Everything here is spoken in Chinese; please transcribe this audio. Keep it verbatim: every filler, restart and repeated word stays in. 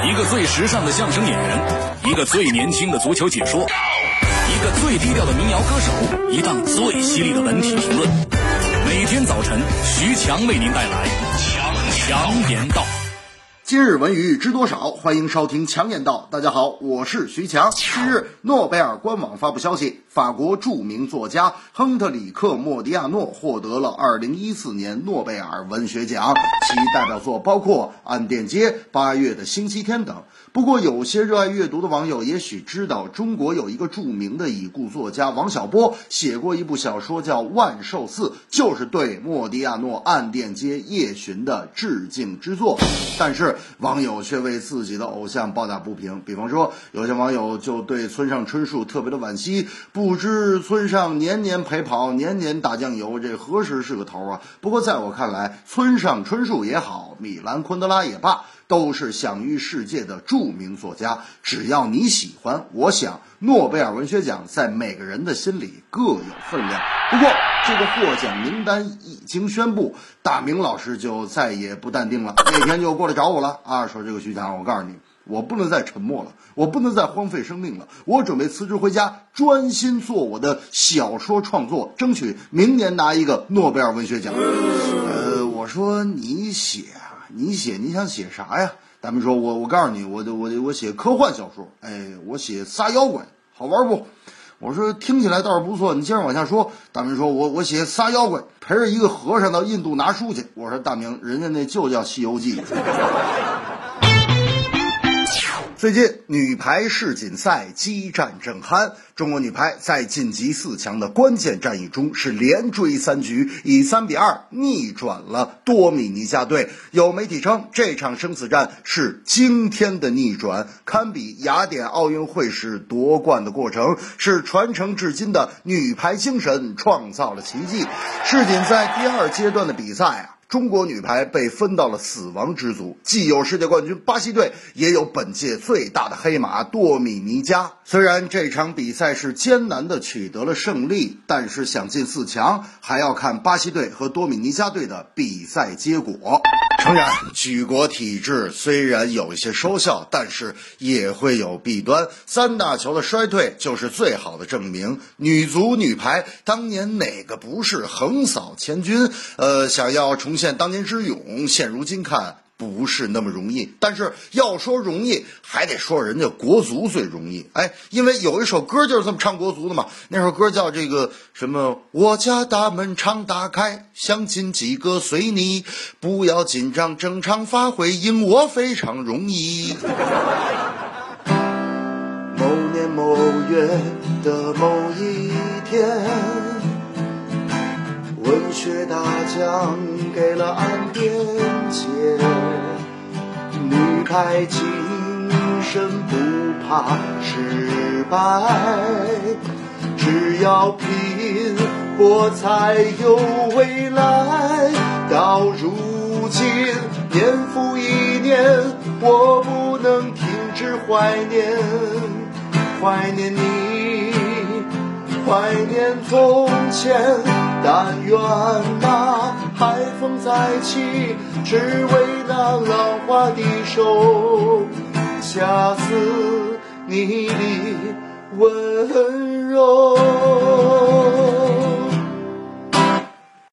一个最时尚的相声演员，一个最年轻的足球解说，一个最低调的民谣歌手，一档最犀利的文体评论。每天早晨，徐强为您带来强强言道。 今日文娱知多少？欢迎收听强言道。大家好，我是徐强。近日，诺贝尔官网发布消息，法国著名作家亨特里克·莫迪亚诺获得了二零一四年诺贝尔文学奖，其代表作包括《暗电街》《八月的星期天》等。不过，有些热爱阅读的网友也许知道，中国有一个著名的已故作家王小波写过一部小说叫《万寿寺》，就是对莫迪亚诺《暗电街夜巡》的致敬之作。但是网友却为自己的偶像抱打不平，比方说有些网友就对村上春树特别的惋惜，不知村上年年陪跑，年年打酱油，这何时是个头啊？不过在我看来，村上春树也好，米兰昆德拉也罢，都是享誉世界的著名作家，只要你喜欢，我想诺贝尔文学奖在每个人的心里各有分量。不过这个获奖名单已经宣布，大明老师就再也不淡定了，那天就过来找我了啊，说这个徐强，我告诉你，我不能再沉默了，我不能再荒废生命了，我准备辞职回家，专心做我的小说创作，争取明年拿一个诺贝尔文学奖。呃，我说你写啊，你写你想写啥呀？大明说，我我告诉你，我我我写科幻小说，哎，我写仨妖怪，好玩不？我说听起来倒是不错，你接着往下说。大明说，我我写仨妖怪陪着一个和尚到印度拿书去。我说大明，人家那就叫《西游记》。最近女排世锦赛激战正酣，中国女排在晋级四强的关键战役中是连追三局，以三比二逆转了多米尼加队。有媒体称这场生死战是惊天的逆转，堪比雅典奥运会时夺冠的过程，是传承至今的女排精神创造了奇迹。世锦赛第二阶段的比赛啊，中国女排被分到了死亡之组，既有世界冠军巴西队，也有本届最大的黑马多米尼加。虽然这场比赛是艰难的取得了胜利，但是想进四强还要看巴西队和多米尼加队的比赛结果。诚然，举国体制虽然有一些收效，但是也会有弊端。三大球的衰退就是最好的证明。女足女排当年哪个不是横扫千军？呃，想要重现当年之勇，现如今看不是那么容易。但是要说容易，还得说人家国足最容易。哎，因为有一首歌就是这么唱国足的嘛，那首歌叫这个什么，我家大门常打开，想进几个随你，不要紧张，正常发挥，赢我非常容易。 某年某月的某一天，文学大奖给了岸边街，女排精神不怕失败，只要拼搏才有未来。到如今年复一年，我不能停止怀念，怀念你，怀念从前。但愿那海风再起，只为那浪花的手，恰似你的温柔。